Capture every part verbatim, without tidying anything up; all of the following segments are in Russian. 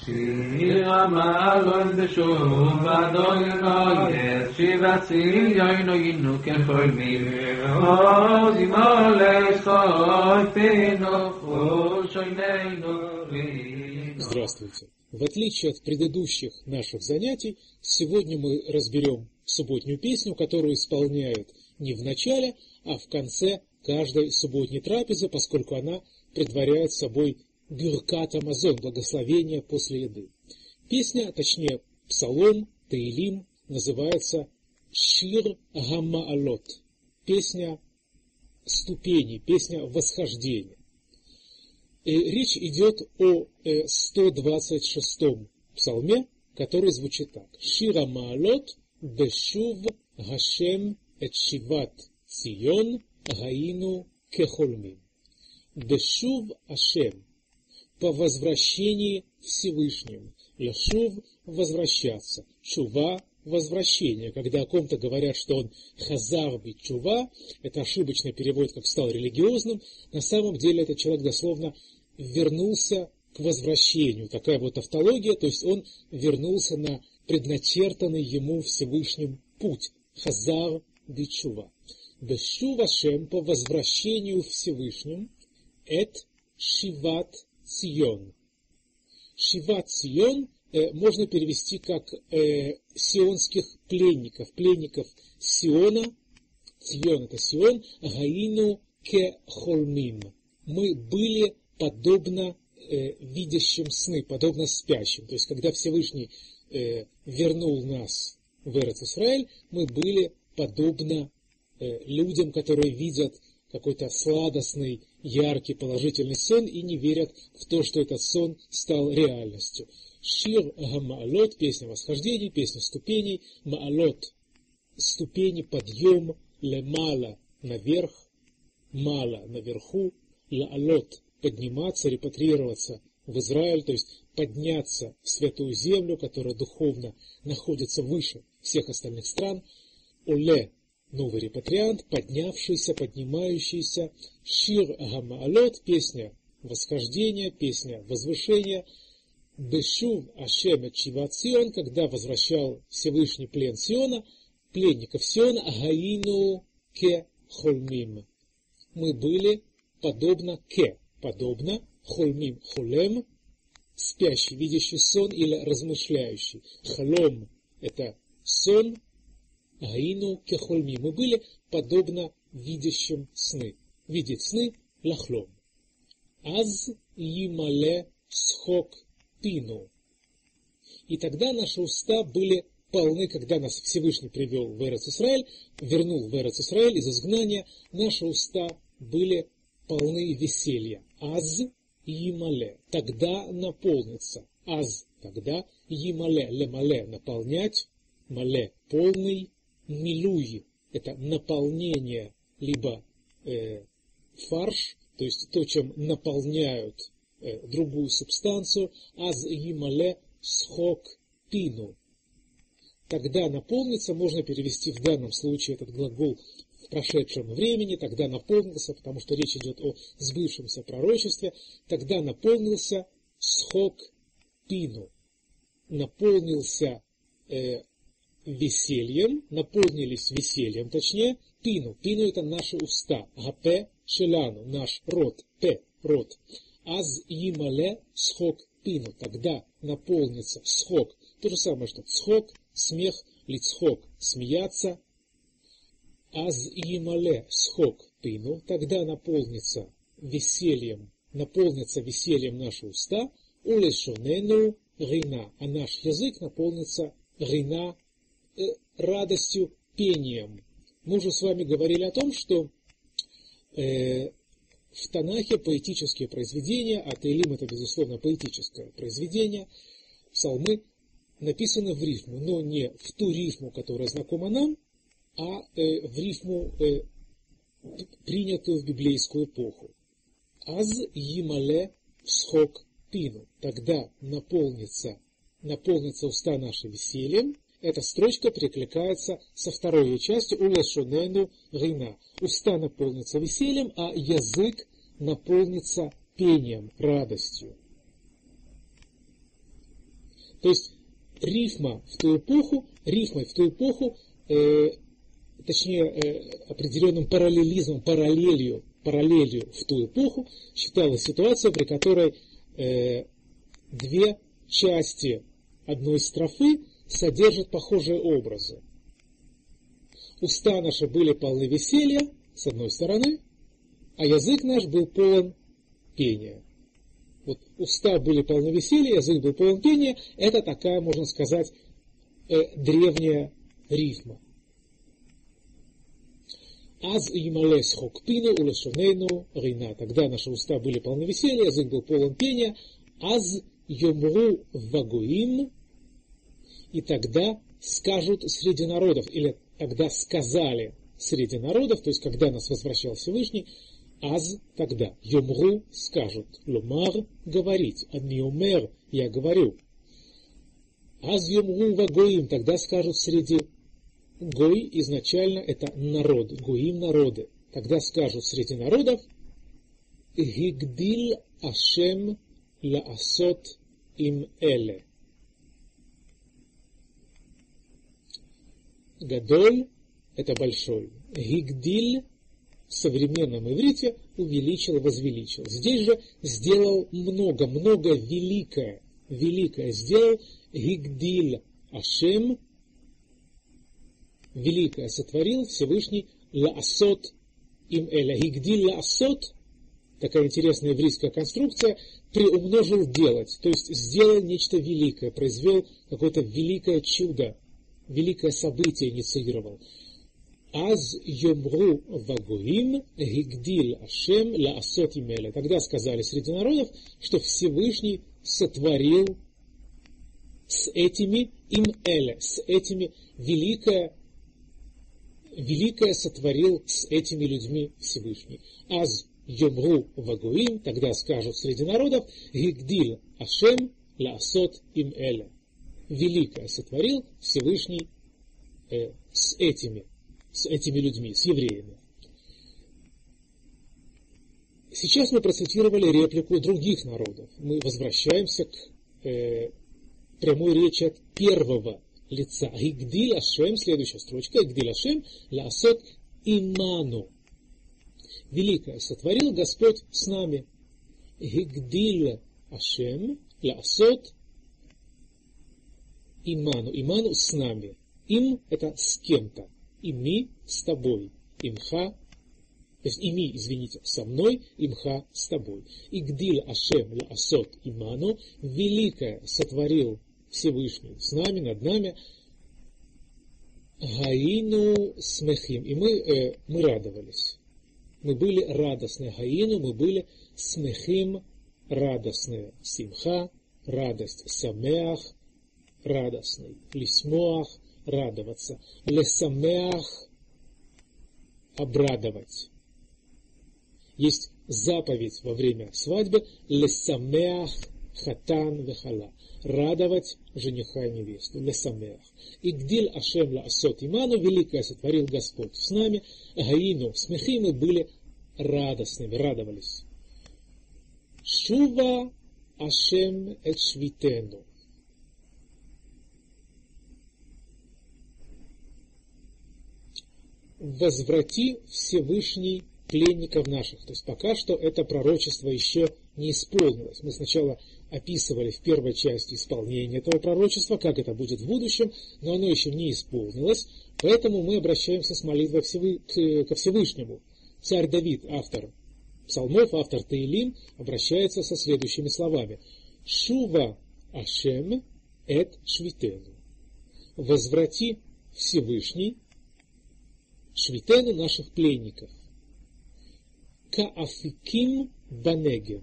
שיר המעלות בשוב אדוני שיבצי יוינו יינו כחולמים עוז ימולא סופנו ושוננו. Здравствуйте. В отличие от предыдущих наших занятий, сегодня мы разберем субботнюю песню, которую исполняют не в начале, а в конце каждой субботней трапезы, поскольку она предваряет собой Биркат Амазон, благословение после еды. Песня, точнее псалом, Теилим, называется Шир Гамаалот, песня ступеней, песня восхождения. И речь идет о сто двадцать шестом псалме, который звучит так. Шир Гамаалот бешув Гашем эт шиват Цион гаину кехольмим. Бешув Ашем, по возвращении Всевышнему. Лешув – возвращаться. Чува – возвращение. Когда о ком-то говорят, что он хазар би чува, это ошибочный перевод, как стал религиозным. На самом деле этот человек дословно вернулся к возвращению. Такая вот тавтология, то есть он вернулся на предначертанный ему Всевышним путь. Хазар би чува. Бешув Ашем, по возвращению Всевышним. Эт шиват Цион. Шиват Цион э, можно перевести как э, сионских пленников, пленников Сиона. Цион это Сион. Гаину ке холмим. Мы были подобно э, видящим сны, подобно спящим. То есть, когда Всевышний э, вернул нас в Эрец-Исраэль, мы были подобно э, людям, которые видят какой-то сладостный, яркий, положительный сон и не верят в то, что этот сон стал реальностью. Шир Гамаалот, песня восхождений, песня ступеней. Маалот, ступени, подъем. Лемала, наверх. Мала, наверху. Лаалот, подниматься, репатриироваться в Израиль, то есть подняться в святую землю, которая духовно находится выше всех остальных стран. Оле, новый репатриант, поднявшийся, поднимающийся. Шир Гамаалот, песня восхождения, песня возвышения. Бешув Ашем эт шиват Цион, когда возвращал Всевышний плен Сиона, пленников Сиона. Гаину ке хольмим. Мы были подобно ке, подобно хольмим, холем, спящий, видящий сон или размышляющий. Халом это сон. Гаину кехольми. Мы были подобно видящим сны. Видеть сны лахлом. Аз имале схок пину. И тогда наши уста были полны, когда нас Всевышний привел в Эрец-Исраэль, вернул в Эрец-Исраэль из изгнания, наши уста были полны веселья. Аз имале. Тогда наполнится. Аз тогда. Имале. Лемале наполнять. Мале полный. Милуй – это наполнение, либо э, фарш, то есть то, чем наполняют э, другую субстанцию. Аз имале схок пину. Тогда наполнится, можно перевести в данном случае этот глагол в прошедшем времени, тогда наполнился, потому что речь идет о сбывшемся пророчестве, тогда наполнился схок пину. Наполнился э, весельем, наполнились весельем, точнее, пину. Пину это наши уста. Гапе шелану, наш рот. Пе, рот. Аз имале схок пину. Тогда наполнится схок. То же самое, что схок, смех, лицхок, смеяться. Аз имале схок пину. Тогда наполнится весельем, наполнится весельем наши уста. Улешонену рина. А наш язык наполнится рина, радостью, пением. Мы уже с вами говорили о том, что э, в Танахе поэтические произведения, а Теилим это, безусловно, поэтическое произведение, псалмы написаны в рифму, но не в ту рифму, которая знакома нам, а э, в рифму, э, принятую в библейскую эпоху. Аз имале схок пину. Тогда наполнится, наполнится уста наши весельем. Эта строчка перекликается со второй ее частью «Улешонену рина». Уста наполнятся весельем, а язык наполнится пением, радостью. То есть рифма в ту эпоху, рифмой в ту эпоху, э, точнее э, определенным параллелизмом, параллелью, параллелью в ту эпоху считалась ситуация, при которой э, две части одной строфы содержат похожие образы. Уста наши были полны веселья, с одной стороны, а язык наш был полон пения. Вот уста были полны веселья, язык был полон пения. Это такая, можно сказать, э, древняя рифма. Аз ималес хокпину улешонейну рина. Тогда наши уста были полны веселья, язык был полон пения. Аз йомру вагоим. И тогда скажут среди народов, или тогда сказали среди народов, то есть когда нас возвращал Всевышний, аз тогда, йомру скажут, ломар говорить, адмиомер я говорю, аз йомру вагоим, тогда скажут среди гой, изначально это народ, гоим народы, тогда скажут среди народов, гигдил ашем лаасот им эле. Гадоль – это большой. Гигдиль в современном иврите увеличил, возвеличил. Здесь же сделал много, много великое. Великое сделал Гигдиль Ашем. Великое сотворил Всевышний Лаасот им эля. Гигдиль Лаасот, такая интересная еврейская конструкция, приумножил делать. То есть сделал нечто великое, произвел какое-то великое чудо. Великое событие инициировал. Аз йомру вагоим гигдиль ашем лаасот имеля. Тогда сказали среди народов, что Всевышний сотворил с этими им эля, с этими великое, великое сотворил с этими людьми Всевышний. Аз йомру вагоим, тогда скажут среди народов, гигдиль ашем лаасот им эля. Великое сотворил Всевышний э, с этими, с этими людьми, с евреями. Сейчас мы процитировали реплику других народов. Мы возвращаемся к э, прямой речи от первого лица. Гигдиль Ашем, следующая строчка, Гигдиль Ашем, лаасот иману. Великое сотворил Господь с нами. Гигдиль Ашем, лаасот иману. Иману с нами. Им это с кем-то. Ими с тобой. Имха, то есть ими, извините, со мной, имха с тобой. Игдиль Ашем лаасот иману. Великое сотворил Всевышний с нами, над нами. Гаину смехим. И мы, э, мы радовались. Мы были радостны. Гаину, мы были смехим, радостные. Симха, радость. Самеах, радостный. Лисмоах, радоваться. Лесамеах, обрадовать. Есть заповедь во время свадьбы. Лесамеах, хатан вехала. Радовать жениха и невесту. Лесамеах. Игдиль Ашем лаасот иману. Великое сотворил Господь с нами. Гаину, смехи мы были радостными, радовались. Шува Ашем эт швитену. Возврати Всевышний пленников наших. То есть пока что это пророчество еще не исполнилось. Мы сначала описывали в первой части исполнение этого пророчества, как это будет в будущем, но оно еще не исполнилось. Поэтому мы обращаемся с молитвой ко Всевышнему. Царь Давид, автор псалмов, автор Теилим, обращается со следующими словами. Шува Ашем эт швитену. Возврати Всевышний швитену наших пленников. Каафиким банегев.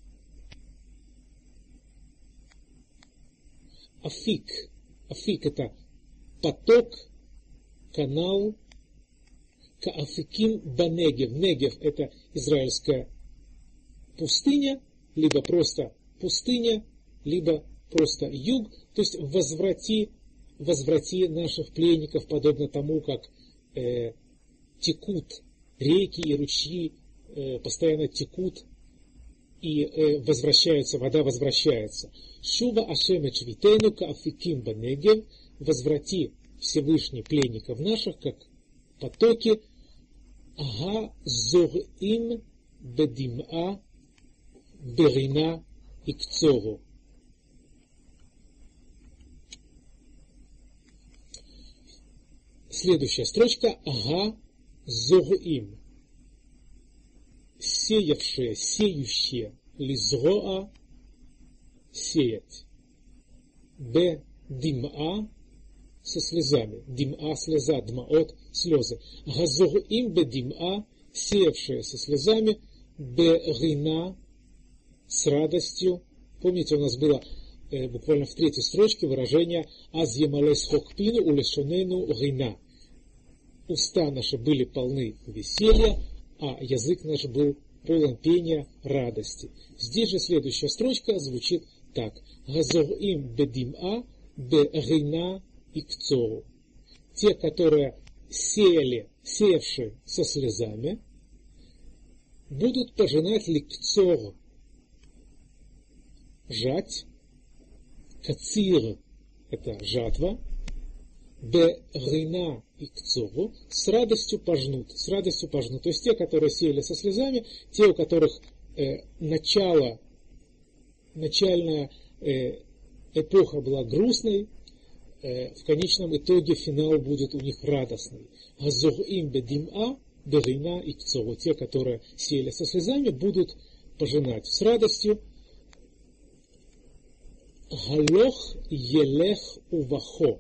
Афик. Афик это поток, канал. Каафиким банегев. Негев это израильская пустыня, либо просто пустыня, либо просто юг. То есть возврати, возврати наших пленников, подобно тому, как э, текут реки и ручьи, э, постоянно текут и э, возвращается, вода возвращается. Шува Ашем эт швитейну каафиким банегев, возврати Всевышний пленников наших, как потоки, ага зорим бедим'a берина и кцору. Следующая строчка, ага зорим, сеявшие, сеющие, лизроа, сеять, б дим'a, со слезами, дим'a, слеза, дмаот, слезы, газорим б дим'a, сеявшие со слезами, б гина, с радостью. Помните, у нас было э, буквально в третьей строчке выражение «Аз емалес хокпину улешонену гина». Уста наши были полны веселья, а язык наш был полон пения радости. Здесь же следующая строчка звучит так. «Газорим бедим'a бегина и кцору». Те, которые сеяли, сеявшие со слезами, будут пожинать ликцор, жать, кацир – это жатва, бегина и кцору с радостью пожнут, с радостью пожнут. То есть те, которые сеяли со слезами, те, у которых э, начало, начальная э, эпоха была грустной, э, в конечном итоге финал будет у них радостный. Газорим бедим'a бегина и кцору. Те, которые сеяли со слезами, будут пожинать с радостью. Галох елех увахо.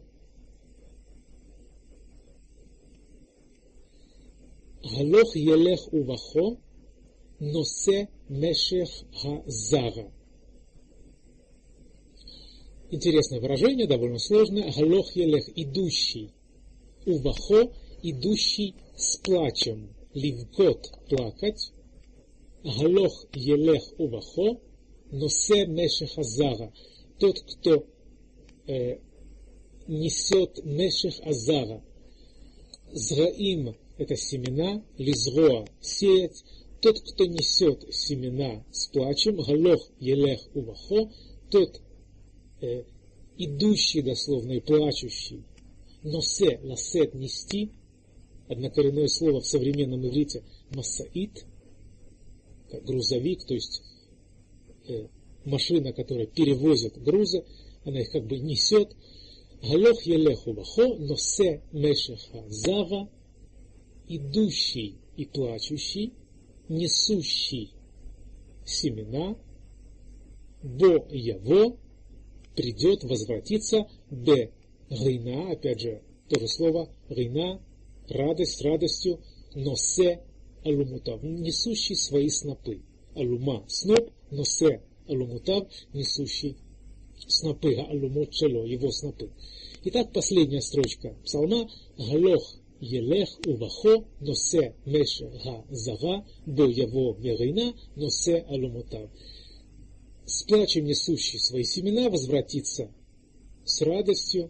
Галох елех увахо носе мешех хазара. Интересное выражение, довольно сложное. Галох елех, идущий. Увахо, идущий с плачем. Ливкот, плакать. Галох елех увахо носе мешех хазара. Тот, кто э, несет мешех азара. Зраим – это семена, лизроа – сеять. Тот, кто несет семена с плачем, галох елех увахо, тот, э, идущий дословно и плачущий, носе, ласет – нести, однокоренное слово в современном иврите масаит, грузовик, то есть э, машина, которая перевозит грузы, она их как бы несет. Галох елеху бахо, носе мешеха зава, идущий и плачущий, несущий семена, бо яво, придет, возвратится, б гейна, опять же, то же слово, гейна, радость, радостью, носе алумутав, несущий свои снопы. Алума, сноп, носе алумутав, несущий снопы, алумот шело, его снопы. Итак, последняя строчка псалма. Галох елех увахо, носе меше га зава, бо яво вегейна, носе алумутав. С плачем несущий свои семена возвратится с радостью,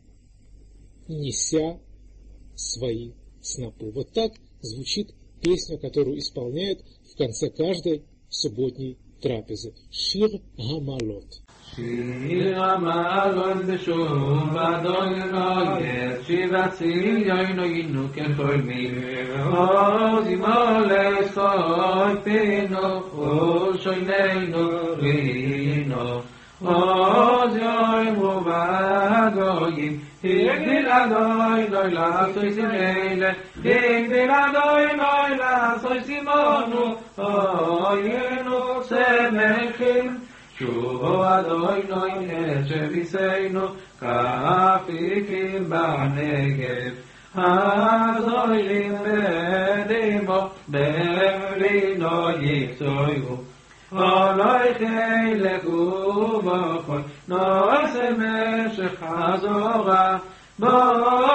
неся свои снопы. Вот так звучит песня, которую исполняют в конце каждой субботней трапезы. Шир гамалот. Shir amalot b'shum v'adonai shivatzil yoyno yinu kecholmi oz imolei soy pino oz shoyneinu rino oz yoymu v'adoyim higdil adoy noy la'asoi simele higdil adoy noy la'asoi simonu oyenu semechim שובו אדוני נשביסנו כאפיקים בנגב הזוילים בדימו ברינו יקצויו אולוי חילקו בכל נושא משך חזורה בו